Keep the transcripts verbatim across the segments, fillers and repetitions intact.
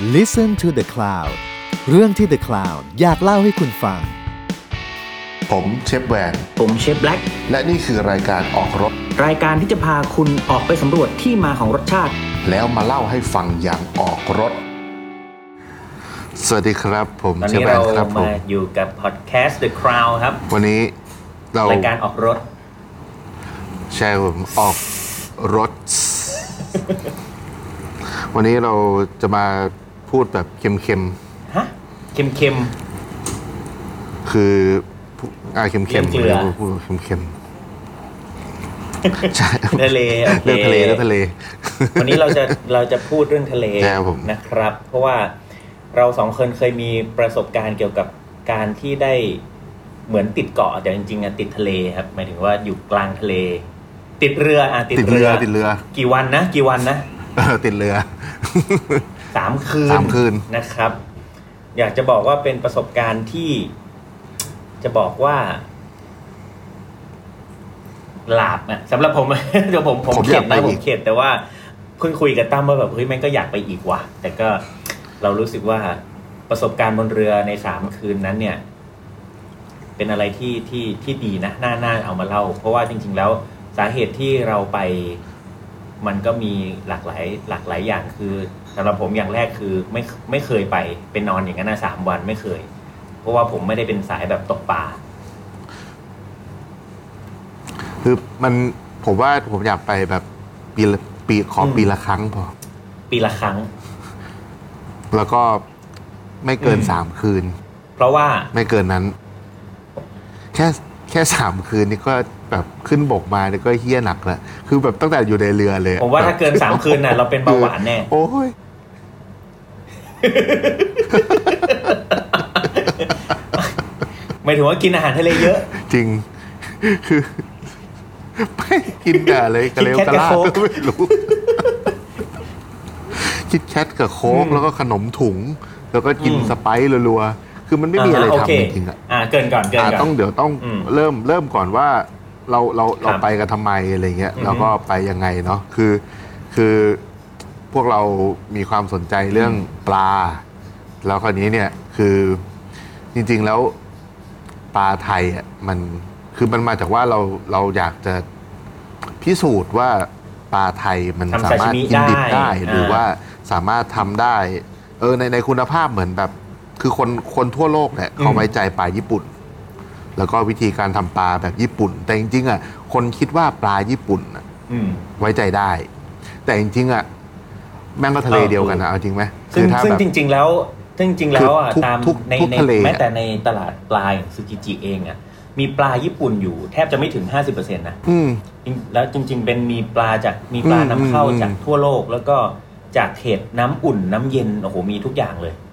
Listen to the Cloud เรื่องที่ The Cloud อยากเล่าให้คุณฟังผมเชฟแวนผมเชฟแบล็กและนี่คือรายการออกรถรายการที่จะพาคุณออกไปสำรวจที่มาของรสชาติแล้วมาเล่าให้ฟังอย่างออกรถสวัสดีครับผมเชฟแวนครับผมมาอยู่กับพอดแคสต์ The Cloud ครับวันนี้เรารายการออกรถใช่ผมออกรถ วันนี้เราจะมาพูดแบบเค็มๆฮะเค็มๆคืออ่าเค็มๆพูดเค็มๆใช่ทะเลเรื่องทะเลเรื่องทะเลวันนี้เราจะเราจะพูดเรื่องทะเลนะครับเพราะว่าเราสองคนเคยมีประสบการณ์เกี่ยวกับการที่ได้เหมือนติดเกาะแต่จริงๆอ่ะติดทะเลครับหมายถึงว่าอยู่กลางทะเลติดเรืออ่ะติดเรือติดเรือกี่วันนะกี่วันนะเออติดเรือสามคืนสามคืนนะครับอยากจะบอกว่าเป็นประสบการณ์ที่จะบอกว่าหลาบอ่ะสำหรับผมเดี๋ยวผมผมเข็ดนะผมเข็ดแต่ว่าเพิ่งคุยกับตั้มว่าแบบเฮ้ยแม่งก็อยากไปอีกว่ะแต่ก็เรารู้สึกว่าประสบการณ์บนเรือในสามคืนนั้นเนี่ยเป็นอะไรที่ที่ที่ดีนะน่าน่าเอามาเล่าเพราะว่าจริงๆแล้วสาเหตุที่เราไปมันก็มีหลากหลายหลากหลายอย่างคือสำหรับผมอย่างแรกคือไม่ไม่เคยไปเป็นนอนอย่างนั้นนะสามวันไม่เคยเพราะว่าผมไม่ได้เป็นสายแบบตกปลาคือมันผมว่าผมอยากไปแบบปีปีขอปีละครั้งพอปีละครั้งแล้วก็ไม่เกินสามคืนเพราะว่าไม่เกินนั้นแค่แค่สามคืนนี่ก็แบบขึ้นบกมาเนี่ยก็เหี้ยหนักแล้วคือแบบตั้งแต่อยู่ในเรือเลยผมว่าถ้าเกินสามคืนน่ะเราเป็นเบาหวานแน่โอ้ยไม่ถึงว่ากินอาหารทะเลเยอะจริงคือไม่กินแต่เลยกระเลวกระลาดก็ไม่รู้คิดแคทกับโค้กแล้วก็ขนมถุงแล้วก็กินสไปซ์รัวๆคือมันไม่มีอะไรทำจริงๆอ่ะอ่าเกินก่อนเกินก่อนต้องเดี๋ยวต้องเริ่มเริ่มก่อนว่าเราเราเราไปกันทำไมอะไรเงี้ยแล้วก็ไปยังไงเนาะคือคือพวกเรามีความสนใจเรื่องปลาแล้วคราวนี้เนี่ยคือจริงๆแล้วปลาไทยอ่ะมันคือมันมาจากว่าเราเราอยากจะพิสูจน์ว่าปลาไทยมันสามารถกินดิบได้หรือว่าสามารถทำได้เออในในคุณภาพเหมือนแบบคือคนคนทั่วโลกเนี่ยเขาไว้ใจปลาญี่ปุ่นแล้วก็วิธีการทำปลาแบบญี่ปุ่นแต่จริงๆอ่ะคนคิดว่าปลาญี่ปุ่นอ่ะไว้ใจได้แต่จริงๆอ่ะแม่งก็ทะเลเดียวกันนะเอาจริงไหมซึ่งซึ่งจริงๆแล้วซึ่งจริงๆแล้วอ่ะตามในในแม้แต่ในตลาดปลาอย่างซูกิจิเองอ่ะมีปลาญี่ปุ่นอยู่แทบจะไม่ถึง ห้าสิบเปอร์เซ็นต์ นะแล้วจริงๆเป็นมีปลาจากมีปลานำเข้าจากทั่วโลกแล้วก็จากเขตน้ำอุ่นน้ำเย็นโอ้โหมีทุกอย่างเลย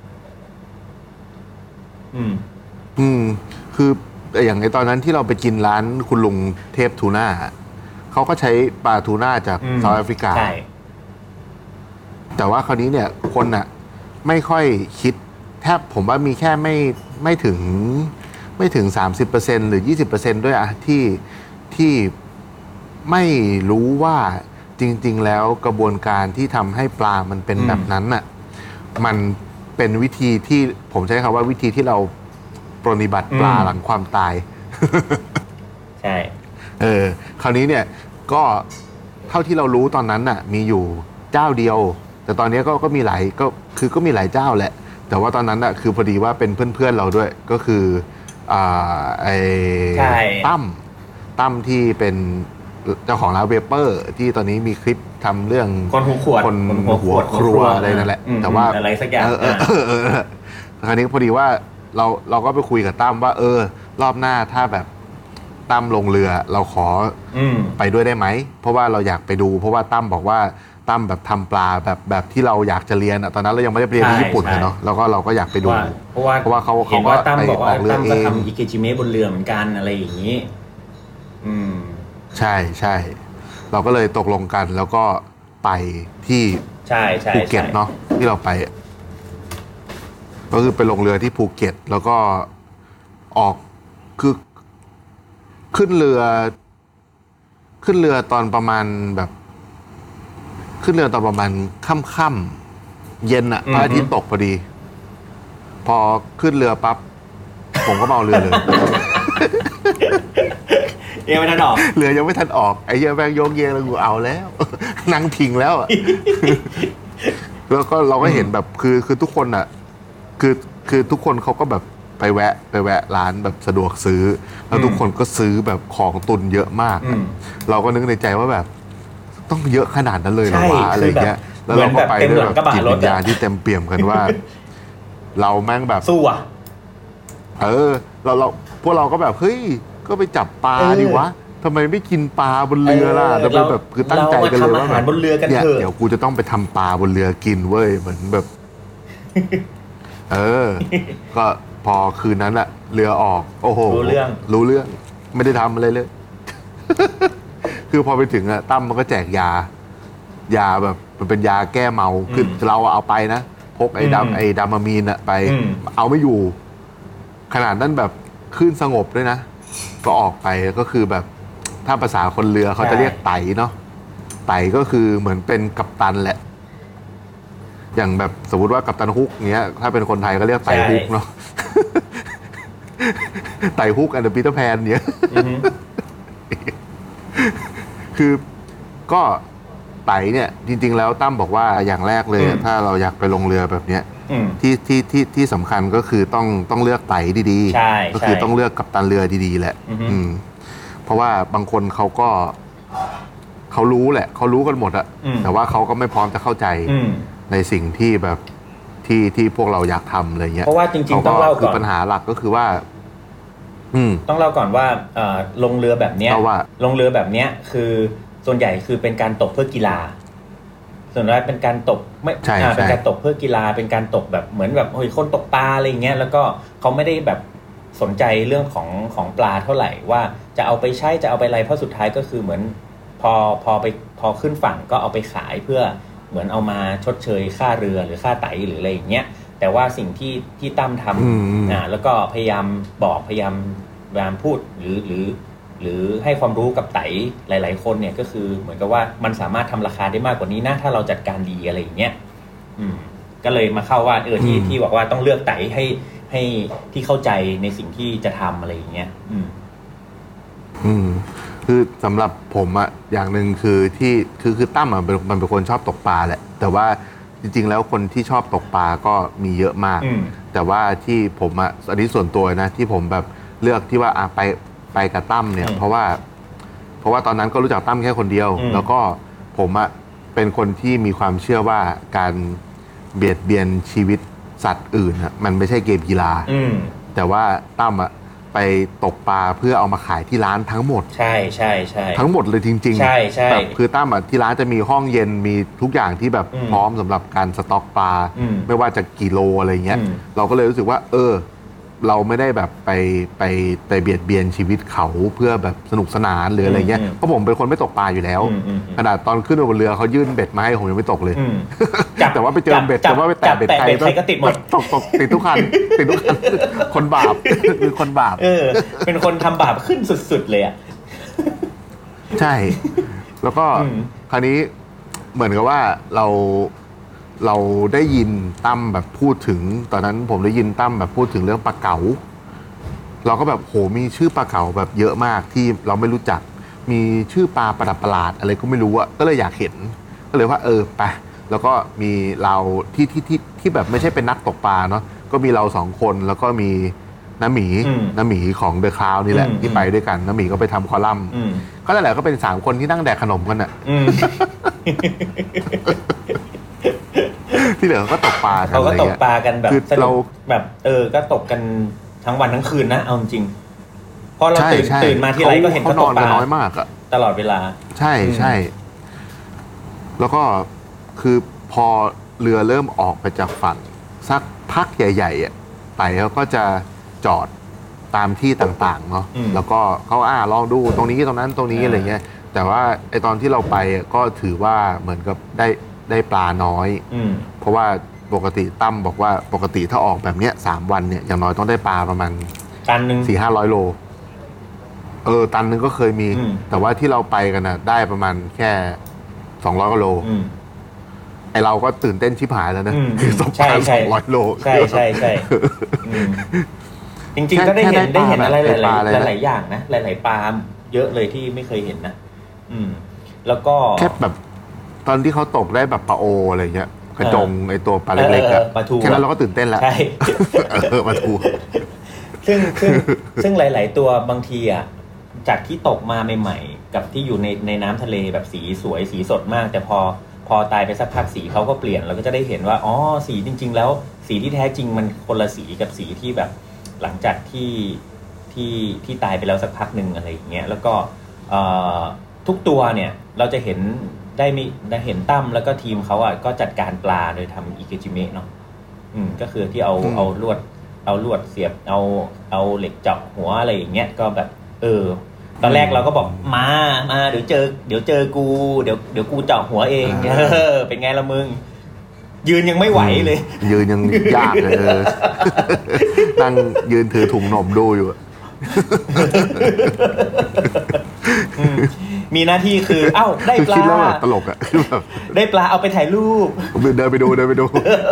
อืมอืมคืออย่างในตอนนั้นที่เราไปกินร้านคุณลุงเทพทูน่าเขาก็ใช้ปลาทูน่าจากเซาท์แอฟริกาใช่แต่ว่าคราวนี้เนี่ยคนน่ะไม่ค่อยคิดแทบผมว่ามีแค่ไม่ไม่ถึงไม่ถึง สามสิบเปอร์เซ็นต์ หรือ ยี่สิบเปอร์เซ็นต์ ด้วยอะที่ที่ไม่รู้ว่าจริงๆแล้วกระบวนการที่ทำให้ปลามันเป็นแบบนั้นน่ะมันเป็นวิธีที่ผมใช้คำว่าวิธีที่เราปรนนิบัติปลาหลังความตายใช่เออคราวนี้เนี่ยก็เท่าที่เรารู้ตอนนั้นน่ะมีอยู่เจ้าเดียวแต่ตอนนี้ก็ก็มีหลายก็คือก็มีหลายเจ้าแหละแต่ว่าตอนนั้นน่ะคือพอดีว่าเป็นเพื่อนๆเราด้วยก็คืออ่าไอ้ตั้มตั้มที่เป็นเจ้าของร้านเวเปอร์ที่ตอนนี้มีคลิปทำเรื่องคนหัวขวดคนหัวครัวอะไรนั่นแหละแต่ว่าอะไรสักอย่างคราวนี้พอดีว่าเราเราก็ไปคุยกับตั้มว่าเออรอบหน้าถ้าแบบตั้มลงเรือเราขอไปด้วยได้ไหมเพราะว่าเราอยากไปดูเพราะว่าตั้มบอกว่าตั้มแบบทำปลาแบบแบบที่เราอยากจะเรียนอ่ะตอนนั้นเรายังไม่ได้ไปเรียนที่ญี่ปุ่นเลยเนาะแล้วก็เราก็อยากไปดูเพราะว่าเพราะว่าเขาเขาก็ตั้มบอกว่าตั้มก็ทำอิเกจิเมะบนเรือเหมือนกันอะไรอย่างนี้อืมใช่ใช่เราก็เลยตกลงกันแล้วก็ไปที่ภูเก็ตเนาะที่เราไปก็คือไปลงเรือที่ภูเก็ตแล้วก็ออกคือขึ้นเรือขึ้นเรือตอนประมาณแบบขึ้นเรือตอนประมาณค่ำเย็นอ่ะพระอาทิตย์ตกพอดี พอขึ้นเรือปั๊บผมก็เมาเรือเลยยังไม่ทันออกเรือยังไม่ทันออกไอ้เหี้ยแม่งโยกเยงแล้วกูเอาแล้วนั่งพิงแล้วอ่ะแล้วก็เราก็เห็นแบบคือคือทุกคนอ่ะคือคือทุกคนเขาก็แบบไปแวะไปแวะร้านแบบสะดวกซื้อแล้วทุกคนก็ซื้อแบบของตุนเยอะมากเราก็นึกในใจว่าแบบต้องเยอะขนาดนั้นเลยเหรอวะอะไรเงี้ยแล้วเราก็ไปด้วยแบบจิตวิญญาณที่เต็มเปี่ยมกันว่าเราแม่งแบบสู้อ่ะเออเราเราพวกเราก็แบบเฮ้ยก็ไปจับปลาดิวะทำไมไม่กินปลาบนเรือล่ะแล้วแบบคือตั้งใจกันเลยว่าแบบเนี่ยเดี๋ยวกูจะต้องไปทำปลาบนเรือกินเว้ยเหมือนแบบเออก็พอคืนนั้นอะเรือออกโอ้โหรู้เรื่องรู้เรื่องไม่ได้ทำอะไรเลยคือพอไปถึงอะตั้มมันก็แจกยายาแบบมันเป็นยาแก้เมาคือเราเอาไปนะพกไอ้ดำไอ้ดามามีนอะไปเอาไม่อยู่ขนาดนั้นแบบคลื่นสงบด้วยนะก็ออกไปก็คือแบบถ้าภาษาคนเรือเขาจะเรียกไต่เนาะไต่ก็คือเหมือนเป็นกัปตันแหละอย่างแบบสมมติว่ากัปตันฮุกเงี้ยถ้าเป็นคนไทยก็เรียกไต่ฮุกเนาะไต่ฮุกอันเดอร์ปีเตอร์แพนเนี้ยคือก็ไต่เนี่ยจริงๆแล้วตั้มบอกว่าอย่างแรกเลยถ้าเราอยากไปลงเรือแบบเนี้ยที่ที่ที่ที่สำคัญก็คือต้องต้องเลือกไต่ดีๆก็คือต้องเลือกกัปตันเรือดีๆแหละเพราะว่าบางคนเขาก็เขารู้แหละเขารู้กันหมดอะแต่ว่าเขาก็ไม่พร้อมจะเข้าใจในสิ่งที่แบบที่ที่พวกเราอยากทำอะไรเงี้ยเพราะว่าจริงๆต้องเล่าก่อนคือปัญหาหลักก็คือว่าต้องเล่าก่อนว่าลงเรือแบบเนี้ยลงเรือแบบเนี้ยคือส่วนใหญ่คือเป็นการตกเพื่อกีฬาส่วนใหญ่เป็นการตกไม่เป็นการตกเพื่อกีฬาเป็นการตกแบบเหมือนแบบเฮ้ยคนตกปลาอะไรเงี้ยแล้วก็เขาไม่ได้แบบสนใจเรื่องของของปลาเท่าไหร่ว่าจะเอาไปใช้จะเอาไปอะไรเพราะสุดท้ายก็คือเหมือนพอพอไปพอขึ้นฝั่งก็เอาไปขายเพื่อเหมือนเอามาชดเชยค่าเรือหรือค่าไตหรืออะไรอย่างเงี้ยแต่ว่าสิ่งที่ที่ตั้มทำอ่าแล้วก็พยายามบอกพยายามพยายามพูดหรือหรือหรือให้ความรู้กับไตหลายๆคนเนี่ยก็คือเหมือนกับว่ามันสามารถทำราคาได้มากกว่านี้นะถ้าเราจัดการดีอะไรอย่างเงี้ยอืมก็เลยมาเข้าว่าเออที่ที่บอกว่าต้องเลือกไตให้ให้ที่เข้าใจในสิ่งที่จะทำอะไรอย่างเงี้ยอืมอืมคือสำหรับผมอะอย่างหนึ่งคือที่คือคือตั้มอะมันเป็นคนชอบตกปลาแหละแต่ว่าจริงๆแล้วคนที่ชอบตกปลาก็มีเยอะมากแต่ว่าที่ผมอะอันนี้ส่วนตัวนะที่ผมแบบเลือกที่ว่าอะไปไปกับตั้มเนี่ยเพราะว่าเพราะว่าตอนนั้นก็รู้จักตั้มแค่คนเดียวแล้วก็ผมอะเป็นคนที่มีความเชื่อว่าการเบียดเบียนชีวิตสัตว์อื่นอะมันไม่ใช่เกมกีฬาแต่ว่าตั้มอะไปตกปลาเพื่อเอามาขายที่ร้านทั้งหมดใช่ใช่ใช่ทั้งหมดเลยจริงๆใช่ใช่แบบคือตั้มอ่ะที่ร้านจะมีห้องเย็นมีทุกอย่างที่แบบพร้อมสำหรับการสต็อกปลาไม่ว่าจะกี่โลอะไรเงี้ยเราก็เลยรู้สึกว่าเออเราไม่ได้แบบไปไปไปเบียดเบียนชีวิตเขาเพื่อแบบสนุกสนานหรืออะไรเงี้ยเพราะผมเป็นคนไม่ตกปลาอยู่แล้วขนาดตอนขึ้นบนเรือเขายื่นเบ็ดมาให้ผมยังไม่ตกเลยแต่ว่าไปเจอเบ็ดแต่ว่าไปแตะเบ็ดใครก็ติดหมดตกตกติดทุกคันติดทุกคันคนบาปคือคนบาปเออเป็นคนทำบาปขึ้นสุดๆเลยอ่ะใช่แล้วก็คราวนี้เหมือนกับว่าเราเราได้ยินตั้มแบบพูดถึงตอนนั้นผมได้ยินตั้มแบบพูดถึงเรื่องปลาเก๋าเราก็แบบโหมีชื่อปลาเก๋าแบบเยอะมากที่เราไม่รู้จักมีชื่อปลาประดับประหลาดอะไรก็ไม่รู้อะก็เลยอยากเห็นก็เลยว่าเออไปแล้วก็มีเราที่ที่ที่ที่แบบไม่ใช่เป็นนักตกปลาเนาะก็มีเราสองคนแล้วก็มีน้าหมีน้าหมีของเดอะคลาวนี่แหละที่ไปด้วยกันน้าหมีก็ไปทำคอลัมน์ก็นั่นแหละก็เป็นสามคนที่นั่งแดกขนมกันอะที่เหลือก็ตกปลากันเขาก็ตกปลากันแบบเราแบบเออก็ตกกันทั้งวันทั้งคืนนะเอาจริงเพราะเราตื่นตื่นมาที่ไรก็เห็นเขาตกปลาน้อยมากอะตลอดเวลาใช่ใช่แล้วก็คือพอเรือเริ่มออกไปจากฝั่งสักพักใหญ่ๆอ่ะไต่เขาก็จะจอดตามที่ต่างๆเนาะแล้วก็เขาอ่าลองดูตรงนี้ตรงนั้นตรงนี้อะไรเงี้ยแต่ว่าไอตอนที่เราไปก็ถือว่าเหมือนกับได้ได้ปลาน้อยเพราะว่าปกติตั้มบอกว่าปกติถ้าออกแบบเนี้ยสามวันเนี่ยอย่างน้อยต้องได้ปลาประมาณตันหนึ่งสี่ห้าร้อยโลเออตันหนึ่งก็เคยมีแต่ว่าที่เราไปกันนะได้ประมาณแค่สองร้อยกว่าโลไอเราก็ตื่นเต้นชิบหายแล้วนะคือสองพันสองร้อยโลใช่ใช่ใช่จริงๆก็ได้เห็นได้เห็นอะไรหลายๆหลายๆอย่างนะหลายๆปลาเยอะเลยที่ไม่เคยเห็นนะอืมแล้วก็แค่แบบตอนที่เขาตกได้แบบปลาโออะไรเงี้ยกระจงไอตัวปลาเล็กๆอะแค่นั้นเราก็ตื่นเต้นแล้วใช่เออปลาทูซึ่งซึ่งซึ่งหลายๆตัวบางทีอ่ะจากที่ตกมาใหม่ๆกับที่อยู่ในในน้ำทะเลแบบสีสวยสีสดมากแต่พอพอตายไปสักพักสีเขาก็เปลี่ยนเราก็จะได้เห็นว่าอ๋อสีจริงๆแล้วสีที่แท้จริงมันคนละสีกับสีที่แบบหลังจากที่ที่ที่ตายไปแล้วสักพักหนึ่งอะไรอย่างเงี้ยแล้วก็ทุกตัวเนี่ยเราจะเห็นได้มีได้เห็นตั้มแล้วก็ทีมเขาอ่ะก็จัดการปลาโดยทำอิเกจิเมะเนาะอืมก็คือที่เอาเอาลวดเอาลวดเสียบเอาเอาเหล็กเจาะหัวอะไรอย่างเงี้ยก็แบบเออตอนแรกเราก็บอกมามาเดี๋ยวเจอเดี๋ยวเจอกูเดี๋ยวเดี๋ยวกูเจาะหัวเองเออเป็นไงละมึงยืนยังไม่ไหวเลยยืนยังยากเลยนั่งยืนถือถุงนมดูอยู่มีหน้าที่คือเอ้าได้ปลาคิดแล้วตลกอ่ะได้ปลาเอาไปถ่ายรูปเดินไปดูเดินไปดู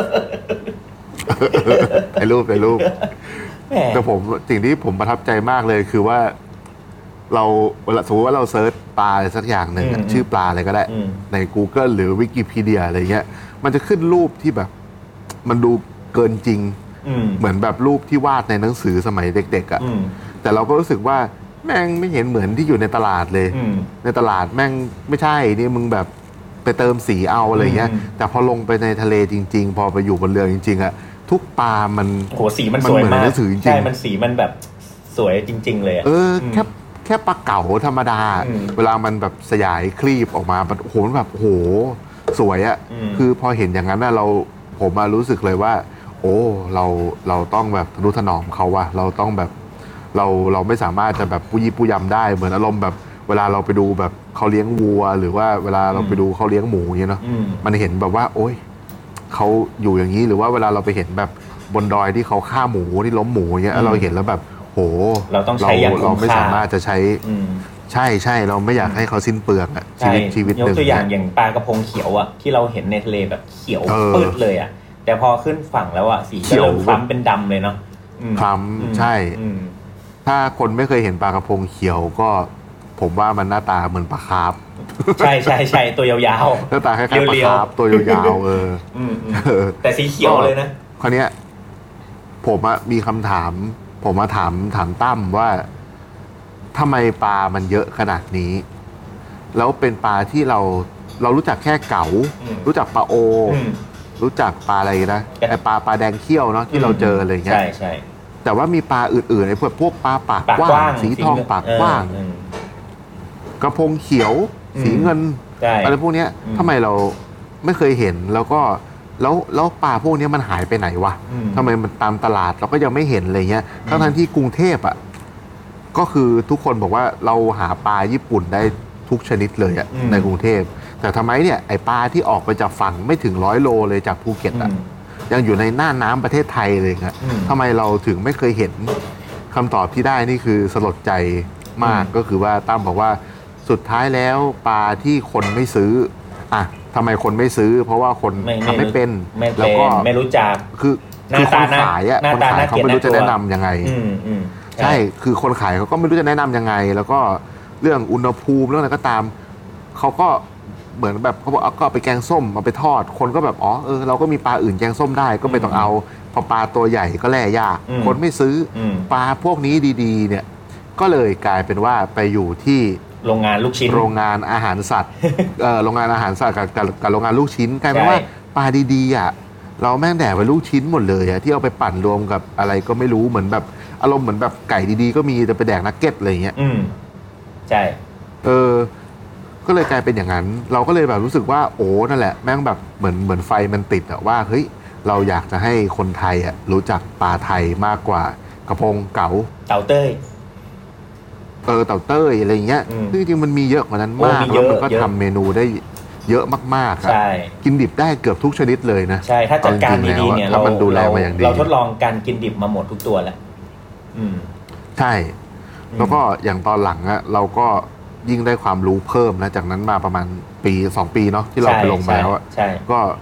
ถ่ายรูปถ่ายรูปแต่ผมสิ่งที่ผมประทับใจมากเลยคือว่าเราสมมติว่าเราเซิร์ชปลาอะไรสักอย่างหนึ่งชื่อปลาอะไรก็ได้ใน Google หรือ Wikipedia อะไรเงี้ยมันจะขึ้นรูปที่แบบมันดูเกินจริงเหมือนแบบรูปที่วาดในหนังสือสมัยเด็กๆอ่ะแต่เราก็รู้สึกว่าแม่งไม่เห็นเหมือนที่อยู่ในตลาดเลยในตลาดแม่งไม่ใช่นี่มึงแบบไปเติมสีเอาอะไรเงี้ยแต่พอลงไปในทะเลจริงๆพอไปอยู่บนเรือจริงๆอ่ะทุกปลามันโหสีมันสวยมากใช่มันสีมันแบบสวยจริงๆเลยเออแค่แค่ปลาเก๋าธรรมดาเวลามันแบบสยายคลีบออกมาโอ้โหมันแบบโหสวยอะคือพอเห็นอย่างนั้นน่ะเราผมมารู้สึกเลยว่าโอ้เราเราต้องแบบทนุถนอมเขาว่ะเราต้องแบบเราเราไม่สามารถจะแบบปุยปุยยำได้เหมือนอารมณ์แบบเวลาเราไปดูแบบเขาเลี้ยงวัวหรือว่าเวลาเราไปดูเขาเลี้ยงหมูอย่างเงี้ยเนาะมันเห็นแบบว่าโอ้ยเขาอยู่อย่างนี้หรือว่าเวลาเราไปเห็นแบบบนดอยที่เขาฆ่าหมูที่ล้มหมูอย่างเงี้ยเราเห็นแล้วแบบโหเราต้องใช้อย่างเราไม่สามารถจะใช้ใช่ใช่เราไม่อยากให้เขาสิ้นเปลืองอ่ะชีวิตชีวิตหนึ่งยกตัวอย่างอย่างปลากระพงเขียวอ่ะที่เราเห็นในทะเลแบบเขียวปื้ดเลยอ่ะแต่พอขึ้นฝั่งแล้วอ่ะสีก็เริ่มคล้ำเป็นดำเลยเนาะคล้ำใช่ถ้าคนไม่เคยเห็นปลากระพงเขียวก็ผมว่ามันหน้าตาเหมือนปลาคาร์ฟใช่ใช่ใช่ตัวยาวๆหน้าตาคล้ายๆปลาคาร์ฟตัวยาวๆเออแต่สีเขียวเลยนะคราวนี้ผมมีคำถามผมมาถามถามตั้มว่าทำไมปลามันเยอะขนาดนี้แล้วเป็นปลาที่เราเรารู้จักแค่เก๋ารู้จักปลาโอรู้จักปลาอะไรนะไอปลาปลาแดงเขี้ยวเนาะที่เราเจออะไรเงี้ยใช่ใช่แต่ว่ามีปลาอื่นๆไอพวกพวกปลาปากกว้างสีทองปากกว้างกระพงเขียวสีเงินอะไรพวกนี้ทำไมเราไม่เคยเห็นแล้วก็แล้วแล้วปลาพวกนี้มันหายไปไหนวะทำไมมันตามตลาดเราก็ยังไม่เห็นอะไรเงี้ยทั้งทั้งที่กรุงเทพอ่ะก็คือทุกคนบอกว่าเราหาปลาญี่ปุ่นได้ทุกชนิดเลยอ่ะในกรุงเทพแต่ทำไมเนี่ยไอปลาที่ออกไปจากฝั่งไม่ถึงร้อยโลเลยจากภูเก็ตอ่ะยังอยู่ในหน้าน้ำประเทศไทยเลยครับทำไมเราถึงไม่เคยเห็นคำตอบที่ได้นี่คือสลดใจมากก็คือว่าตั้มบอกว่าสุดท้ายแล้วปลาที่คนไม่ซื้ออ่ะทำไมคนไม่ซื้อเพราะว่าคนทำไม่เป็นแล้วก็ไม่รู้จักคือคือคนขายอ่ะคนขายเขาไม่รู้จะแนะนำยังไงใช่คือคนขายเขาก็ไม่รู้จะแนะนำยังไงแล้วก็เรื่องอุณหภูมิเรื่องอะไรก็ตามเขาก็เหมือนแบบเขาบอกก็เอาไปแกงส้มเอาไปทอดคนก็แบบอ๋อเออเราก็มีปลาอื่นแกงส้มได้ก็ไม่ต้องเอาพอปลาตัวใหญ่ก็แล่ยากคนไม่ซื้อปลาพวกนี้ดีๆเนี่ยก็เลยกลายเป็นว่าไปอยู่ที่โรงงานลูกชิ้นโรงงานอาหารสัตว์เออโรงงานอาหารสัตว์กับกับโรงงานลูกชิ้นกลายเป็นว่าปลาดีๆอ่ะเราแม่งแดกไปลูกชิ้นหมดเลยอ่ะที่เอาไปปั่นรวมกับอะไรก็ไม่รู้เหมือนแบบอารมณ์เหมือนแบบไก่ดีๆก็มีแต่ไปแดกนักเก็ตอะไรเงี้ยอืมใช่เออก็เลยกลายเป็นอย่างนั้นเราก็เลยแบบรู้สึกว่าโอ้นั่นแหละแม่งแบบเหมือนเหมือนไฟมันติดอะว่าเฮ้ยเราอยากจะให้คนไทยอะรู้จักปลาไทยมากกว่ากระพงเก๋าเต่าเต้ยเออเต่าเต้ยอะไรเงี้ยซึ่งจริงๆมันมีเยอะกว่านั้นมากแล้วมันก็ทำเมนูได้เยอะมากๆอะกินดิบได้เกือบทุกชนิดเลยนะใช่ถ้าจัดการดีๆเนี่ยเราเราทดลองการกินดิบมาหมดทุกตัวแล้วอืมใช่แล้วก็อย่างตอนหลังอะเราก็ยิ่งได้ความรู้เพิ่มนะจากนั้นมาประมาณปีสองปีเนาะที่เราไปลงมาแล้วอ่ะก็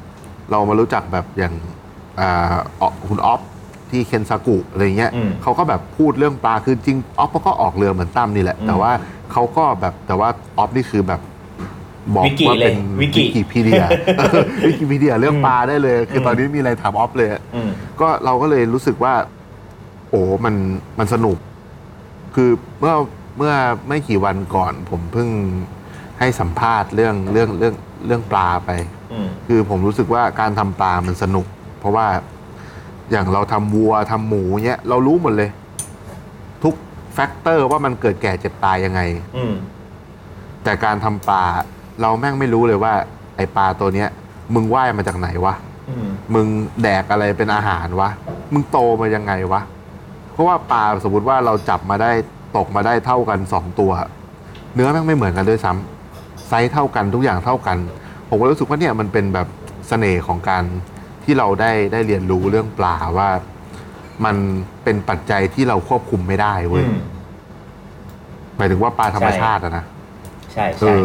เรามารู้จักแบบอย่างอ่าคุณออฟที่เคนซากุอะไรเงี้ยเขาก็แบบพูดเรื่องปลาคือจริงออฟก็ออกเรือเหมือนตั้มนี่แหละแต่ว่าเขาก็แบบแต่ว่าออฟนี่คือแบบบอกว่าเป็นวิกิพีเดียวิกิพีเดียเรื่องปลาได้เลยคือตอนนี้มีอะไรถามออฟเลยก็เราก็เลยรู้สึกว่าโอ้มันมันสนุกคือเมื่อเมื่อไม่กี่วันก่อนผมเพิ่งให้สัมภาษณ์เรื่องเรื่องเรื่องเรื่องปลาไปคือผมรู้สึกว่าการทำปลามันสนุกเพราะว่าอย่างเราทำวัวทำหมูเนี้ยเรารู้หมดเลยทุกแฟกเตอร์ว่ามันเกิดแก่เจ็บตายยังไงแต่การทำปลาเราแม่งไม่รู้เลยว่าไอปลาตัวเนี้ยมึงว่ายมาจากไหนวะมึงแดกอะไรเป็นอาหารวะมึงโตมายังไงวะเพราะว่าปลาสมมติว่าเราจับมาได้ตกมาได้เท่ากันสองตัวเนื้อแม่งไม่เหมือนกันด้วยซ้ำไซส์เท่ากันทุกอย่างเท่ากันผมก็รู้สึกว่าเนี่ยมันเป็นแบบเสน่ห์ของการที่เราได้ได้เรียนรู้เรื่องปลาว่ามันเป็นปัจจัยที่เราควบคุมไม่ได้เว้ยหมายถึงว่าปลาธรรมชาติอะนะใช่ใช่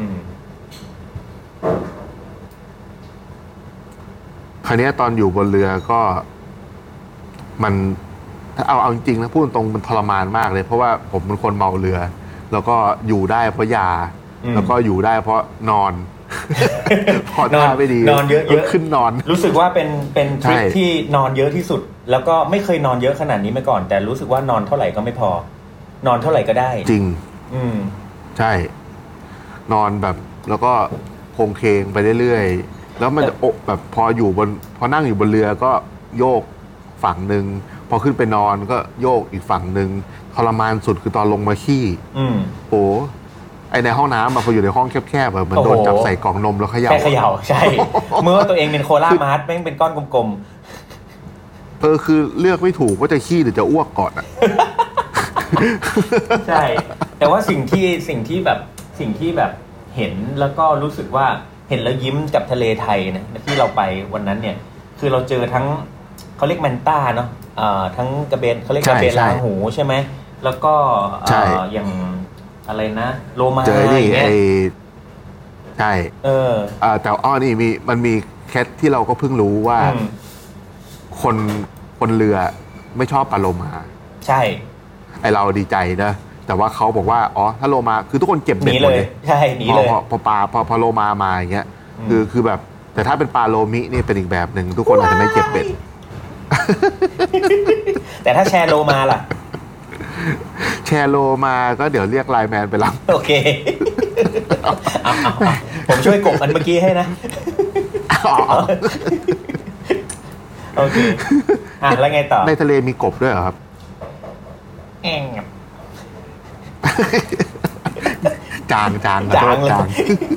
คราวนี้ตอนอยู่บนเรือก็มันถ้าเอาเอาจริงๆนะพูดตรงมันทรมานมากเลยเพราะว่าผมเป็นคนเมาเรือแล้วก็อยู่ได้เพราะยาแล้วก็อยู่ได้เพราะนอนพอท่าไม่ดีนอนเยอะๆขึ้นนอนรู้สึกว่าเป็นเป็นทริปที่นอนเยอะที่สุดแล้วก็ไม่เคยนอนเยอะขนาดนี้มาก่อนแต่รู้สึกว่านอนเท่าไหร่ก็ไม่พอนอนเท่าไหร่ก็ได้จริงอืมใช่นอนแบบแล้วก็โคงเคงไปเรื่อยๆแล้วมันจะอกแบบพออยู่บนพอนั่งอยู่บนเรือก็โยกฝั่งหนึ่งพอขึ้นไปนอนก็โยกอีกฝั่งหนึ่งทรมานสุดคือตอนลงมาขี้โอ้ไอในห้องน้ำอะพออยู่ในห้องแคบๆแบบเหมือนโดนจับใส่กล่องนมแล้วเขย่าแค่เขย่าใช่เมื่อตัวเองเป็นโคลามาร์ทแม่งเป็นก้อนกลมๆเออคือเลือกไม่ถูกว่าจะขี้หรือจะอ้วกก่อนอะใช่แต่ว่าสิ่งที่สิ่งที่แบบสิ่งที่แบบเห็นแล้วก็รู้สึกว่าเห็นแล้วยิ้มกับทะเลไทยนะที่เราไปวันนั้นเนี่ยคือเราเจอทั้งเขาเรียกแมนต้าเนาะอ่าทั้งกระเบนเขาเรียกกระเบนลาหูใช่ไหมแล้วก็อย่างอะไรนะโลมาเจอนี่ไอใช่เออแต่อ้อนี่มีมันมีแคทที่เราก็เพิ่งรู้ว่าคนคนเรือไม่ชอบปลาโลมาใช่ไอเราดีใจนะแต่ว่าเขาบอกว่าอ๋อถ้าโลมาคือทุกคนเก็บเบ็ดหมดเลยใช่หนีเลยพอปลาพอพอโลมามาอย่างเงี้ยคือคือแบบแต่ถ้าเป็นปลาโลมินี่เป็นอีกแบบหนึ่งทุกคนอาจจะไม่เก็บเบ็ดแต่ถ้าแชร์โลมาล่ะแชร์โลมาก็เดี๋ยวเรียกไลน์แมนไปรับโอเคผมช่วยกบอันเมื่อกี้ให้นะโอเคอ่ะแล้วไงต่อในทะเลมีกบด้วยเหรอครับแองจางจางจางจาง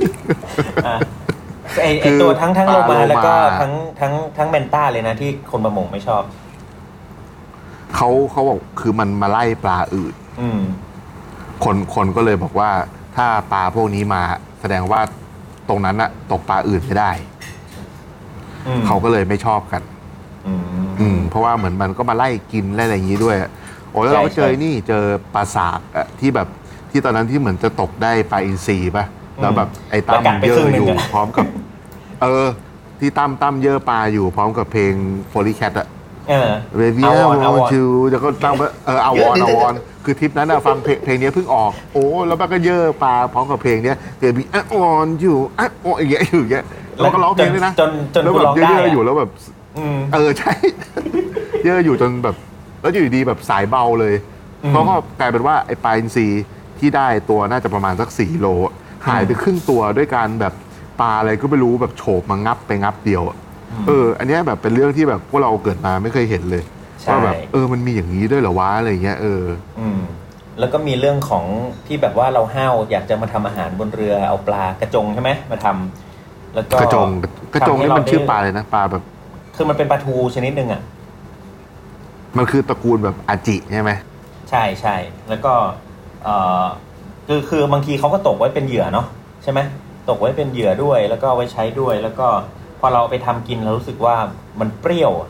ไอไอตัวทั้งทั้งโลมาแล้วก็ทั้งทั้งทั้งเมนต้าเลยนะที่คนประมงไม่ชอบเขาเขาบอกคือมันมาไล่ปลาอื่นคนคนก็เลยบอกว่าถ้าปลาพวกนี้มาแสดงว่าตรงนั้นอะตกปลาอื่นไม่ได้เขาก็เลยไม่ชอบกันอืมเพราะว่าเหมือนมันก็มาไล่กินไล่อะไรอย่างนี้ด้วยโอ้แล้วเราก็เจอนี่เจอปลาสากอะที่แบบที่ตอนนั้นที่เหมือนจะตกได้ปลาอินทรีป่ะแล้วแบบไอ้ตั้มเยอะอยู่พร้อมกับเออที่ตั้มตั้มเยอะปลาอยู่พร้อมกับเพลงโฟลีแคทอะเออเรเวียร์วอนจูแล้วก็ตั้งเอออาวอนอาวอนคือทริปนั้นอะฟังเพลงเพลงนี้เพิ่งออกโอ้แล้วมันก็เยอะปลาพร้อมกับเพลงนี้เรเวียร์วอนจูอ่ะโอ้ยอย่างเงี้ยอยู่อย่างเงี้ยแล้วก็ร้องเพลงด้วยนะจนจนแล้วแบบเยอะๆอยู่แล้วแบบเออใช่เยอะอยู่จนแบบแล้วอยู่ดีแบบสายเบาเลยเพราะก็กลายเป็นว่าไอ้ปลาอินทรีที่ได้ตัวน่าจะประมาณสักสี่โลหายไปครึ่งตัวด้วยการแบบปลาอะไรก็ไม่รู้แบบโฉบมางับไปงับเดียวเอออันนี้แบบเป็นเรื่องที่แบบพวกเราเกิดมาไม่เคยเห็นเลยว่าแบบเออมันมีอย่างนี้ด้วยเหรอวะอะไรเงี้ยเอออืมแล้วก็มีเรื่องของที่แบบว่าเราห้าวอยากจะมาทำอาหารบนเรือเอาปลากระจงใช่ไหมมาทำแล้วก็กระจงกระจงนี่มันชื่อปลาเลยนะปลาแบบคือมันเป็นปลาทูชนิดหนึ่งอ่ะมันคือตระกูลแบบอาจิใช่ไหมใช่ใช่แล้วก็เอ่อคือคือบางทีเขาก็ตกไว้เป็นเหยื่อเนาะใช่ไหมตกไว้เป็นเหยื่อด้วยแล้วก็ไว้ใช้ด้วยแล้วก็พอเราไปทำกินเรารู้สึกว่ามันเปรี้ยว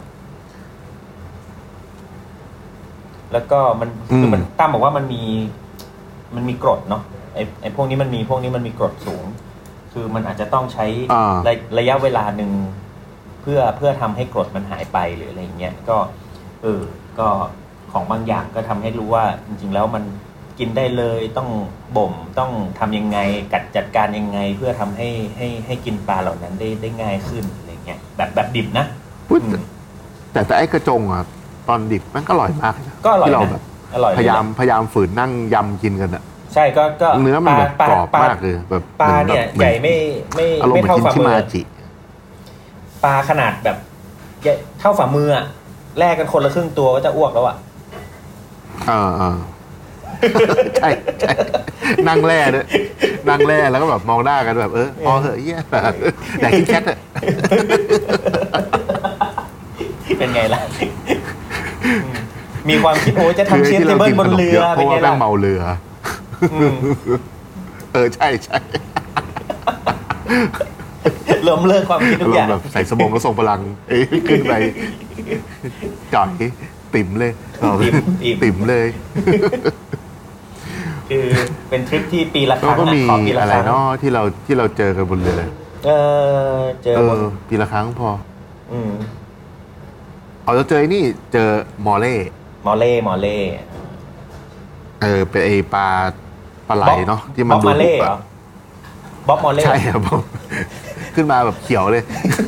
แล้วก็มันคือมันตั้มบอกว่ามันมีมันมีกรดเนาะไอไอพวกนี้มันมีพวกนี้มันมีกรดสูงคือมันอาจจะต้องใช้ระยะเวลาหนึ่งเพื่อเพื่อทำให้กรดมันหายไปหรืออะไรเงี้ยก็เออก็ของบางอย่างก็ทำให้รู้ว่าจริงๆแล้วมันกินได้เลยต้องบ่มต้องทำยังไงกัดจัดการยังไงเพื่อทำให้ให้ให้กินปลาเหล่านั้นได้ได้ง่ายขึ้นอะไรเงี้ยแบบแบบดิบนะแต่แต่ไอ้กระจงอ่ะตอนดิบมันก็อร่อยมากก็อร่อยที่เราแบบพยายามพยายามฝืนนั่งยำกินกันอ่ะใช่ก็ก็เนื้อมันแบบกรอบมากเลยแบบปลาเนี่ยใหญ่ไม่ไม่ไม่เท่าฝ่ามือปลาขนาดแบบใหญ่เท่าฝ่ามืออ่ะแลกกันคนละครึ่งตัวก็จะอ้วกแล้วอ่ะอ่าอ่าใช่ใช่นั่งแร่ด้วยนั่งแร่แล้วก็แบบมองหน้ากันแบบเออพอเถอะเยี่ยแต่คิดแคทอะเป็นไงล่ะมีความคิดโอ้จะทำเชฟเทเบิลบนเรือเพราะว่าแม่งเมาเรือเออใช่ใช่เริ่มเลิกความคิดทุกอย่างแบบใส่สมองแล้วทรงพลังเอ้ยขึ้นไปจ่อยติ่มเลยติ่มเลยคือเป็นทริปที่ปีละครั้งก็มีอะไรเนาะที่เราที่เราเจอกันบนเรือเออเจอปีละครั้งพออืมเอาจะเจอนี่เจอมอเล่มอเล่มอเล่เออเป็นไอปลาปลาไหลเนาะที่มันดูแบบบ๊อบมอเล่ใช่ครับผมขึ้นมาแบบเขียวเลย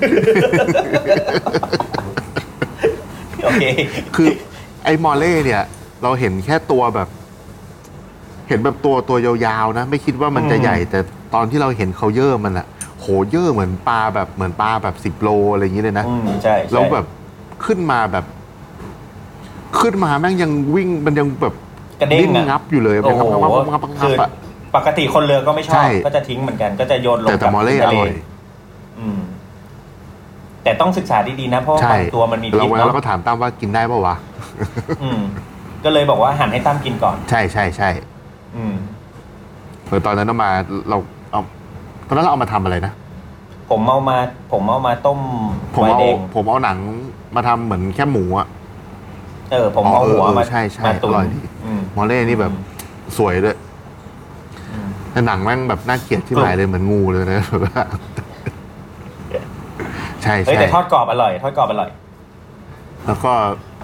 โอเคคือไอมอเล่เนี่ยเราเห็นแค่ตัวแบบเห็นแบบตัวตัวยาวๆนะไม่คิดว่ามันจะใหญ่แต่ตอนที่เราเห็นเขาเย่อมันอะโหเย่อเหมือนปลาแบบเหมือนปลาแบบสิบโลอะไรอย่างนี้เลยนะใช่แล้วแบบขึ้นมาแบบขึ้นมาแม่งยังวิ่งมันยังแบบกระเด้งงับอยู่เลยโอ้โหคือปกติคนเรือก็ไม่ชอบก็จะทิ้งเหมือนกันก็จะโยนลงกับทะเลแต่ต้องศึกษาดีๆนะเพราะบางตัวมันมีพิษเนาะเราก็ถามตั้มว่ากินได้ป่าววะก็เลยบอกว่าหั่นให้ตั้มกินก่อนใช่ใช่ใช่เออตอนนั้นเรามาเราเอาตอนนั้นเราเอามาทำอะไรนะผมเอามาผมเอามาต้มผมเอาผมเอาหนังมาทำเหมือนแค่หมูอ่ะเออผมเอาหัวมาใช่ใช่อร่อยดีมอเล่นี่แบบสวยด้วยแต่หนังแม่งแบบน่าเกลียดที่หมายเลยเหมือนงูเลยนะแบบว่าใช่ใช่แต่ทอดกรอบอร่อยทอดกรอบอร่อยแล้วก็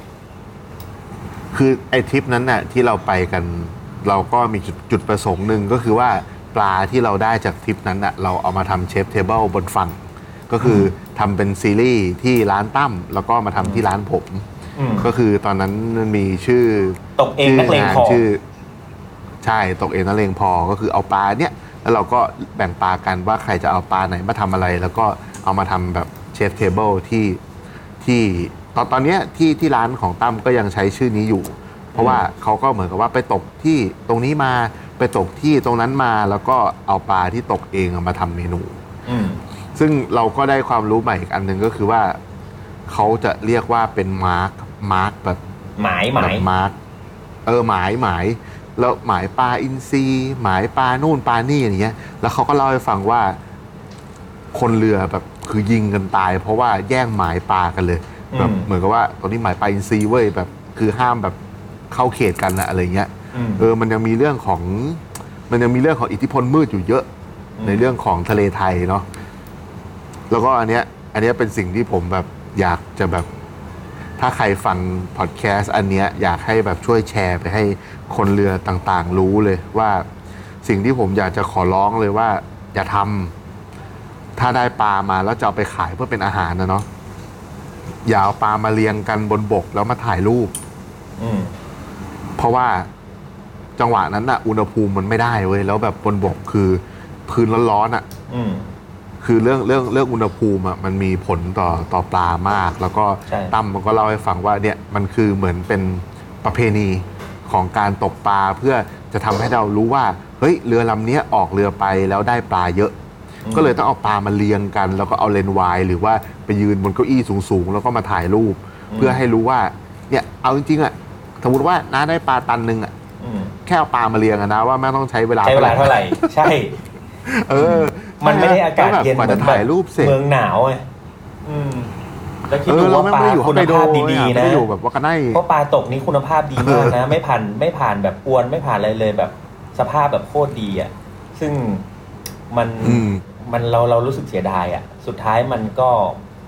คือไอ้ทริปนั้นน่ะที่เราไปกันเราก็มีจุดจุดประสงค์หนึ่งก็คือว่าปลาที่เราได้จากทริปนั้นน่ะเราเอามาทำเชฟเทเบิลบนฝั่งก็คือทำเป็นซีรีส์ที่ร้านตั้มแล้วก็มาทำที่ร้านผมก็คือตอนนั้นมันมีชื่อตกเองนักเลงพอชื่อใช่ตกเองนักเลงพอก็คือเอาปลาเนี้ยแล้วเราก็แบ่งปลากันว่าใครจะเอาปลาไหนมาทำอะไรแล้วก็เอามาทำแบบเชฟเทเบิลที่ที่ตอนตอนนี้ที่ที่ร้านของตั้มก็ยังใช้ชื่อนี้อยู่เพราะว่าเขาก็เหมือนกับว่าไปตกที่ตรงนี้มาไปตกที่ตรงนั้นมาแล้วก็เอาปลาที่ตกเองมาทำเมนูซึ่งเราก็ได้ความรู้ใหม่อีกอันหนึ่งก็คือว่าเขาจะเรียกว่าเป็นมาร์กมาร์กแบบหมายหมายมาร์กเออหมายหมายแล้วหมายปลาอินทรีหมายปลานู่นปลานี่อย่างเงี้ยแล้วเขาก็เล่าให้ฟังว่าคนเรือแบบคือยิงกันตายเพราะว่าแย่งหมายปลากันเลยแบบเหมือนกับว่าตอนนี้หมายปลาอินทรีเว้ยแบบคือห้ามแบบเข้าเขตกันอะอะไรเงี้ยเออมันยังมีเรื่องของมันยังมีเรื่องของอิทธิพลมืดอยู่เยอะในเรื่องของทะเลไทยเนาะแล้วก็อันเนี้ยอันเนี้ยเป็นสิ่งที่ผมแบบอยากจะแบบถ้าใครฟังพอดแคสต์อันเนี้ยอยากให้แบบช่วยแชร์ไปให้คนเรือต่างๆรู้เลยว่าสิ่งที่ผมอยากจะขอร้องเลยว่าอย่าทำถ้าได้ปลามาแล้วจะเอาไปขายเพื่อเป็นอาหารนะเนาะอย่าเอาปลามาเรียงกันบนบกแล้วมาถ่ายรูปเพราะว่าจังหวะนั้นน่ะอุณหภูมิมันไม่ได้เว้ยแล้วแบบบนบกคือพื้นร้อนๆอ่ะคือเรื่องเรื่องเรื่องอุณหภูมิอ่ะมันมีผลต่อต่อปลามากแล้วก็ตั้มมันก็เล่าให้ฟังว่าเนี่ยมันคือเหมือนเป็นประเพณีของการตกปลาเพื่อจะทำให้เรารู้ว่าเฮ้ยเรือลำนี้ออกเรือไปแล้วได้ปลาเยอะก็เลยต้องเอาปลามาเรียงกันแล้วก็เอาเลนส์วายหรือว่าไปยืนบนเก้าอี้สูงๆแล้วก็มาถ่ายรูปเพื่อให้รู้ว่าเนี่ยเอาจริงๆอ่ะสมมติว่าน้าได้ปลาตันนึงอ่ะแค่เอาปลามาเรียงอะนะว่าแม่ต้องใช้เวลาใช้เวลาเท่าไหร่ใช่เออมันไม่ได้อากาศเย็นเหมือนถ่ายรูปเสร็จเมืองหนาวไงแล้วคิดดูว่าปลาคุณภาพดีๆนะเพราะปลาตกนี้คุณภาพดีมากนะไม่ผ่านไม่ผ่านแบบอวนไม่ผ่านอะไรเลยแบบสภาพแบบโคตรดีอ่ะซึ่งมันมันเราเรารู้สึกเสียดายอ่ะสุดท้ายมันก็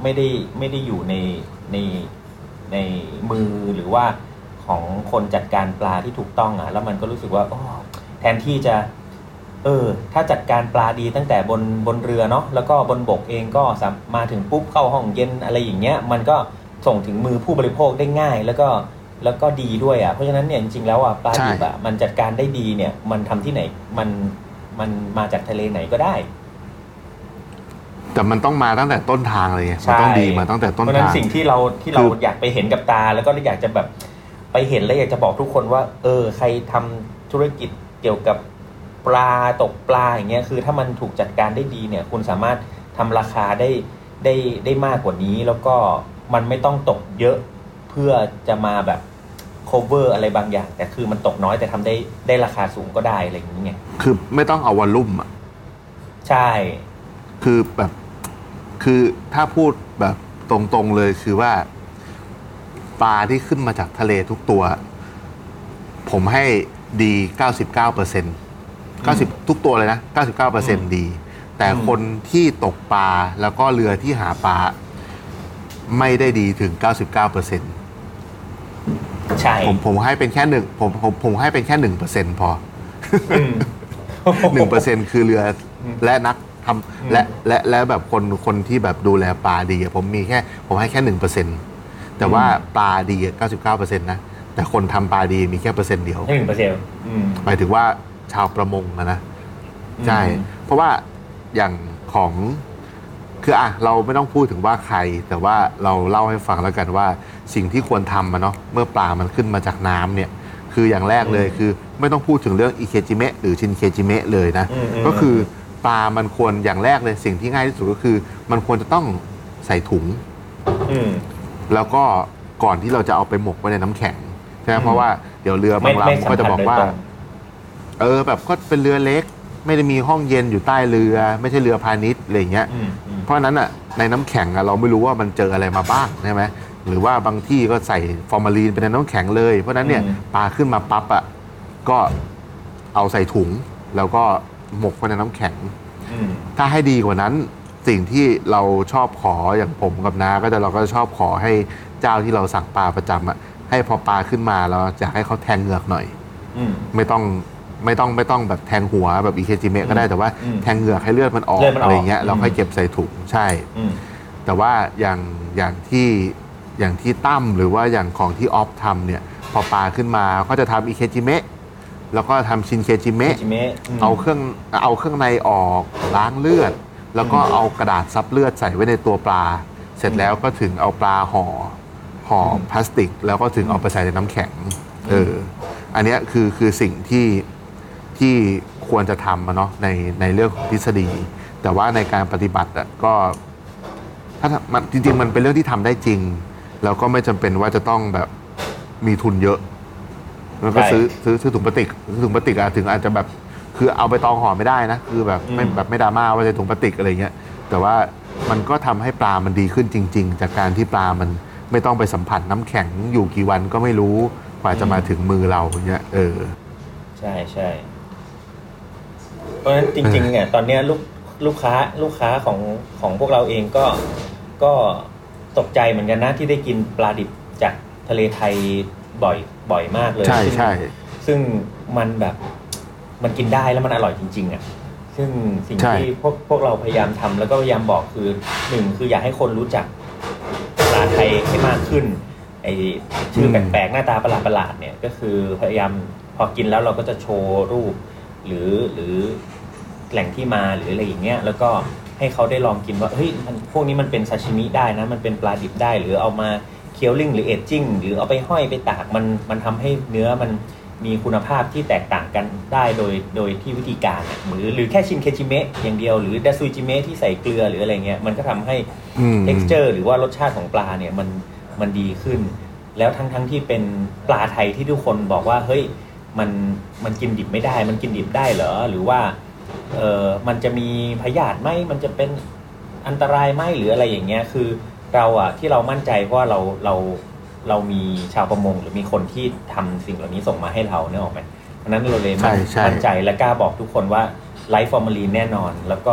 ไม่ได้ไม่ได้อยู่ในในในมือหรือว่าของคนจัดการปลาที่ถูกต้องอ่ะแล้วมันก็รู้สึกว่าแทนที่จะเออถ้าจัดการปลาดีตั้งแต่บนบนเรือเนาะแล้วก็บนบกเองก็มาถึงปุ๊บเข้าห้องเย็นอะไรอย่างเงี้ยมันก็ส่งถึงมือผู้บริโภคได้ง่ายแล้วก็แล้วก็ดีด้วยอ่ะเพราะฉะนั้นเนี่ยจริงๆแล้วอ่ะปลาดิบอ่ะมันจัดการได้ดีเนี่ยมันทำที่ไหนมันมันมาจากทะเลไหนก็ได้แต่มันต้องมาตั้งแต่ต้นทางเลยมันต้องดีมาตั้งแต่ต้นทางเพราะฉะนั้นสิ่งที่เราที่เราอยากไปเห็นกับตาแล้วก็อยากจะแบบไปเห็นแล้วอยากจะบอกทุกคนว่าเออใครทำธุรกิจเกี่ยวกับปลาตกปลาอย่างเงี้ยคือถ้ามันถูกจัดการได้ดีเนี่ยคุณสามารถทำราคาได้ได้ได้มากกว่านี้แล้วก็มันไม่ต้องตกเยอะเพื่อจะมาแบบ cover อะไรบางอย่างแต่คือมันตกน้อยแต่ทำได้ได้ราคาสูงก็ได้อะไรอย่างเงี้ยคือไม่ต้องเอาวอลลุ่มอ่ะใช่คือแบบคือถ้าพูดแบบตรงๆเลยคือว่าปลาที่ขึ้นมาจากทะเลทุกตัวผมให้ดี เก้าสิบเก้าเปอร์เซ็นต์ เก้าสิบทุกตัวเลยนะ เก้าสิบเก้าเปอร์เซ็นต์ ดีแต่คนที่ตกปลาแล้วก็เรือที่หาปลาไม่ได้ดีถึง เก้าสิบเก้าเปอร์เซ็นต์ใช่ผมผมให้เป็นแค่หนึ่งผมผมผมให้เป็นแค่ หนึ่งเปอร์เซ็นต์ พอ หนึ่งเปอร์เซ็นต์ คือเรือและนักทำและและและแบบคนคนที่แบบดูแลปลาดีผมมีแค่ผมให้แค่ หนึ่งเปอร์เซ็นต์ แต่ว่าปลาดี เก้าสิบเก้าเปอร์เซ็นต์ นะแต่คนทำปลาดีมีแค่เปอร์เซ็นต์เดียวหนึ่งเปอร์เซ็นต์หมายถึงว่าชาวประมงนะใช่เพราะว่าอย่างของคืออ่ะเราไม่ต้องพูดถึงว่าใครแต่ว่าเราเล่าให้ฟังแล้วกันว่าสิ่งที่ควรทำมาเนาะเมื่อปลามันขึ้นมาจากน้ำเนี่ยคืออย่างแรกเลยคือไม่ต้องพูดถึงเรื่องอิเคจิเมะหรือชินเคจิเมะเลยนะก็คือปลามันควรอย่างแรกเลยสิ่งที่ง่ายที่สุดก็คือมันควรจะต้องใส่ถุงแล้วก็ก่อนที่เราจะเอาไปหมกไว้ในน้ำแข็งใช่ไหมเพราะว่าเดี๋ยวเรือบางลำก็จะบอกว่าเออแบบก็เป็นเรือเล็กไม่ได้มีห้องเย็นอยู่ใต้เรือไม่ใช่เรือพาณิชย์อะไรเงี้ยเพราะนั้นอ่ะในน้ำแข็งอ่ะเราไม่รู้ว่ามันเจออะไรมาบ้างใช่ไหมหรือว่าบางที่ก็ใส่ฟอร์มาลีนไปในน้ำแข็งเลยเพราะนั้นเนี่ยปลาขึ้นมาปั๊บอ่ะก็เอาใส่ถุงแล้วก็หมกไว้ในน้ำแข็งถ้าให้ดีกว่านั้นสิ่งที่เราชอบขออย่างผมกับน้าก็จะเราก็ชอบขอให้เจ้าที่เราสั่งปลาประจำอ่ะให้พอปลาขึ้นมาเราจะให้เขาแทงเหงือกหน่อยไม่ต้องไม่ต้องไม่ต้องแบบแทงหัวแบบอีเคจิเมะก็ได้แต่ว่าแทงเหงือกให้เลือดมันออกอะไรเงี้ยเราค่อยเก็บใส่ถุงใช่แต่ว่าอย่างอย่างที่อย่างที่ตั้มหรือว่าอย่างของที่ออฟทำเนี่ยพอปลาขึ้นมาก็จะทำอีเคจิเมะแล้วก็ทำชินเคจิเมะเอาเครื่องเอาเครื่องในออกล้างเลือดแล้วก็เอากระดาษซับเลือดใส่ไว้ในตัวปลาเสร็จแล้วก็ถึงเอาปลาห่อห่อพลาสติกแล้วก็ถึงเอาไปใส่ในน้ำแข็งเอออันนี้คือคือสิ่งที่ที่ควรจะทำมาเนาะในในเรื่องของทฤษฎีแต่ว่าในการปฏิบัติอ่ะก็ถ้ามันจริงๆมันเป็นเรื่องที่ทำได้จริงแล้วก็ไม่จำเป็นว่าจะต้องแบบมีทุนเยอะแล้วก็ซื้อซื้อซื้อถุงพลาสติกซื้อถุงพลาสติกอะถึงอาจจะแบบคือเอาไปตองห่อไม่ได้นะคือแบบไม่แบบไม่ดราม่าว่าจะถุงพลาสติกอะไรเงี้ยแต่ว่ามันก็ทำให้ปลามันดีขึ้นจริงๆจากการที่ปลามันไม่ต้องไปสัมผัสน้ำแข็งอยู่กี่วันก็ไม่รู้กว่าจะมาถึงมือเราเงี้ยเออใช่ใช่เพราะฉะนั้นจริงๆเนี่ยตอนนี้ลูกลูกค้าลูกค้าของของพวกเราเองก็ก็ตกใจเหมือนกันนะที่ได้กินปลาดิบจากทะเลไทยบ่อยบ่อยมากเลยใช่ใช่ซึ่งมันแบบมันกินได้แล้วมันอร่อยจริงๆอ่ะซึ่งสิ่งที่พวกพวกเราพยายามทำแล้วก็พยายามบอกคือหนึ่งคืออยากให้คนรู้จักปลาไทยให้มากขึ้นไอชื่อแปลกๆหน้าตาประหลาดๆเนี่ยก็คือพยายามพอกินแล้วเราก็จะโชว์รูปหรือหรือแหล่งที่มาหรืออะไรอย่างเงี้ยแล้วก็ให้เขาได้ลองกินว่าเฮ้ยมันพวกนี้มันเป็นซาชิมิได้นะมันเป็นปลาดิบได้หรือเอามาเคี้ยวลิ่งหรือเอจจิ้งหรือเอาไปห้อยไปตากมันมันทำให้เนื้อมันมีคุณภาพที่แตกต่างกันได้โดยโดยที่วิธีการหรือหรือแค่ชินเคจิเมะอย่างเดียวหรือดาซุจิเมะที่ใส่เกลือหรืออะไรเงี้ยมันก็ทำให้ texture หรือว่ารสชาติของปลาเนี่ยมันมันดีขึ้นแล้วทั้งทั้งที่เป็นปลาไทยที่ทุกคนบอกว่าเฮ้ยมันมันกินดิบไม่ได้มันกินดิบได้เหรอหรือว่าเออมันจะมีพยาธิไหมมันจะเป็นอันตรายไหมหรืออะไรอย่างเงี้ยคือเราอะที่เรามั่นใจเพราะว่าเราเราเรามีชาวประมงหรือมีคนที่ทำสิ่งเหล่านี้ส่งมาให้เราเนี่ยออกไหมเพราะนั้นเราเลยมั่นใจและกล้าบอกทุกคนว่าไลฟ์ฟอร์มาลีนแน่นอนแล้วก็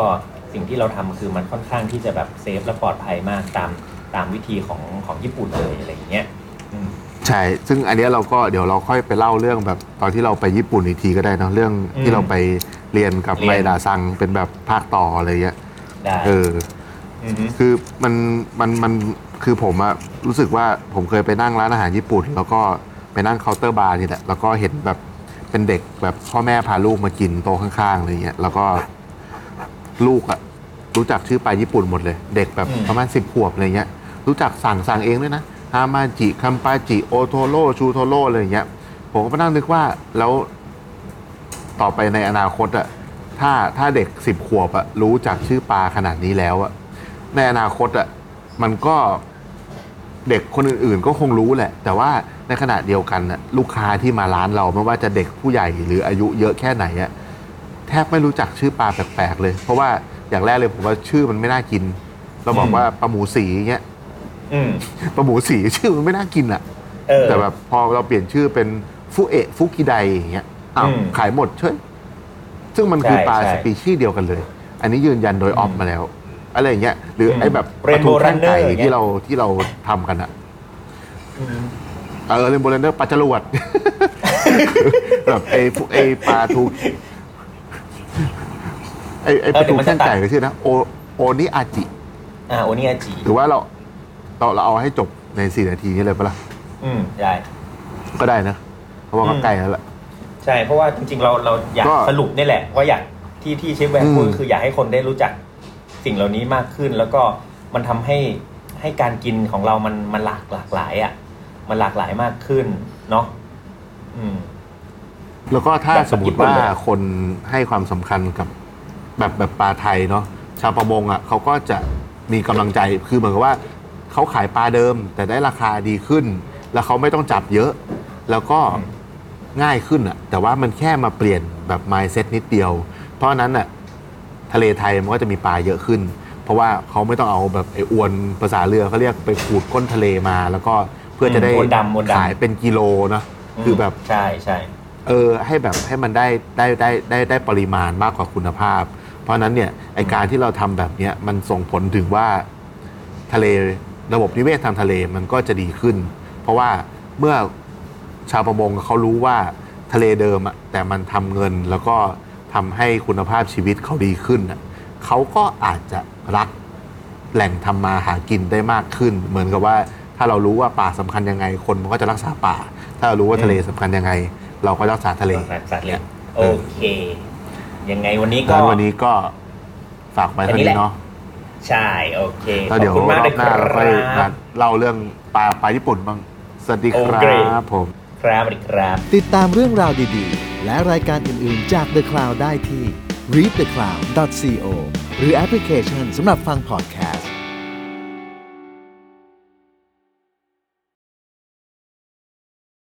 สิ่งที่เราทำคือมันค่อนข้างที่จะแบบเซฟและปลอดภัยมากตามตามวิธีของของญี่ปุ่นเลยอะไรอย่างเงี้ยใช่ซึ่งอันนี้เราก็เดี๋ยวเราค่อยไปเล่าเรื่องแบบตอนที่เราไปญี่ปุ่นอีกทีก็ได้เนาะเรื่องที่เราไปเรียนกับไมดาซังเป็นแบบภาคต่ออะไรเงี้ยเออคือมันมันมันคือผมอะรู้สึกว่าผมเคยไปนั่งร้านอาหารญี่ปุ่นแล้วก็ไปนั่งเคาน์เตอร์บาร์นี่แหละแล้วก็เห็นแบบเป็นเด็กแบบพ่อแม่พาลูกมากินโต๊ะข้างๆอะไรเงี้ยแล้วก็ลูกอะรู้จักชื่อปลาญี่ปุ่นหมดเลยเด็กแบบประมาณสิบขวบอะไรเงี้ยรู้จักสั่งสั่งเองด้วยนะฮามาจิคัมปาจิโอโทโร่ชูโทโร่อะไรอย่างเงี้ยผมก็มานั่งนึกว่าแล้วต่อไปในอนาคตอะถ้าถ้าเด็กสิบขวบอะรู้จักชื่อปลาขนาดนี้แล้วอะในอนาคตอะมันก็เด็กคนอื่นๆก็คงรู้แหละแต่ว่าในขณะเดียวกันอะลูกค้าที่มาร้านเราไม่ว่าจะเด็กผู้ใหญ่หรืออายุเยอะแค่ไหนอะแทบไม่รู้จักชื่อปลาแปลกๆเลยเพราะว่าอย่างแรกเลยผมว่าชื่อมันไม่น่ากินเราบอกว่าปลาหมูสีเงี้ยปลาหมูสีชื่อมันไม่น่ากินอ่ะแต่แบบพอเราเปลี่ยนชื่อเป็นฟุเอะฟุกิไดอย่างเงี้ยอ้าวขายหมดเฉยซึ่งมันคือปลาสปีชีส์เดียวกันเลยอันนี้ยืนยันโดยออฟมาแล้วอะไรอย่างเงี้ยหรือไอ้แบบปลาทูแท่งไก่ที่เราที่เราทำกันอ่ะเออเรนโบว์แรนเดอร์ปลาจรวดแบบไอ้ไอ้ปลาทูไอ้ไอ้ปลาทูแท่งไก่ก็ชื่อนะโอโอนิอาจิอ่าโอนิอาจิหรือว่าเราเราเราเอาให้จบในสี่นาทีนี้เลยปะล่ะอืมได้ก็ได้นะเพราะว่าใกล้แล้วล่ะใช่เพราะว่าจริงๆเราเราอยากสรุปนี่แหละว่าอยากที่ที่เชฟแวนพูดคืออยากให้คนได้รู้จักสิ่งเหล่านี้มากขึ้นแล้วก็มันทำให้ให้การกินของเรามันมันหลากหลากหลายอ่ะมันหลากหลายมากขึ้นเนาะอืมแล้วก็ถ้าสมมติว่าคนให้ความสำคัญกับแบบแบบปลาไทยเนาะชาวประมงอ่ะเขาก็จะมีกำลังใจคือเหมือนกับว่าเขาขายปลาเดิมแต่ได้ราคาดีขึ้นแล้วเขาไม่ต้องจับเยอะแล้วก็ง่ายขึ้นอ่ะแต่ว่ามันแค่มาเปลี่ยนแบบ mindset นิดเดียวเพราะนั้นอ่ะทะเลไทยมันก็จะมีปลาเยอะขึ้นเพราะว่าเขาไม่ต้องเอาแบบไอ้อวนภาษาเรือเขาเรียกไปขูดก้นทะเลมาแล้วก็เพื่อจะได้ขายเป็นกิโลนะคือแบบใช่ใช่เออให้แบบให้มันได้ได้ได้ได้ได้ปริมาณมากกว่าคุณภาพเพราะนั้นเนี่ยไอการที่เราทำแบบนี้มันส่งผลถึงว่าทะเลระบบนิเวศทางทะเลมันก็จะดีขึ้นเพราะว่าเมื่อชาวประมงเขารู้ว่าทะเลเดิมอะแต่มันทำเงินแล้วก็ทำให้คุณภาพชีวิตเขาดีขึ้นอะเขาก็อาจจะรักแหล่งทำมาหากินได้มากขึ้นเหมือนกับว่าถ้าเรารู้ว่าป่าสำคัญยังไงคนมันก็จะรักษาป่าถ้าเรารู้ว่าทะเลสำคัญยังไงเราก็รักษาทะเลเนี่ยโอเคยังไงวันนี้ก็วันนี้ก็ฝากไว้เท่านี้เนาะใช่โอเคขอบคุณมากเลยครับเล่าเรื่องปลาปลาญี่ปุ่นบ้างสวัสดีครับผมครับสวัสดีครับติดตามเรื่องราวดีๆและรายการอื่นๆจาก The Cloud ได้ที่ รีด เดอะ คลาวด์ ดอท ซี โอ หรือแอปพลิเคชันสำหรับฟังพอดแคสต์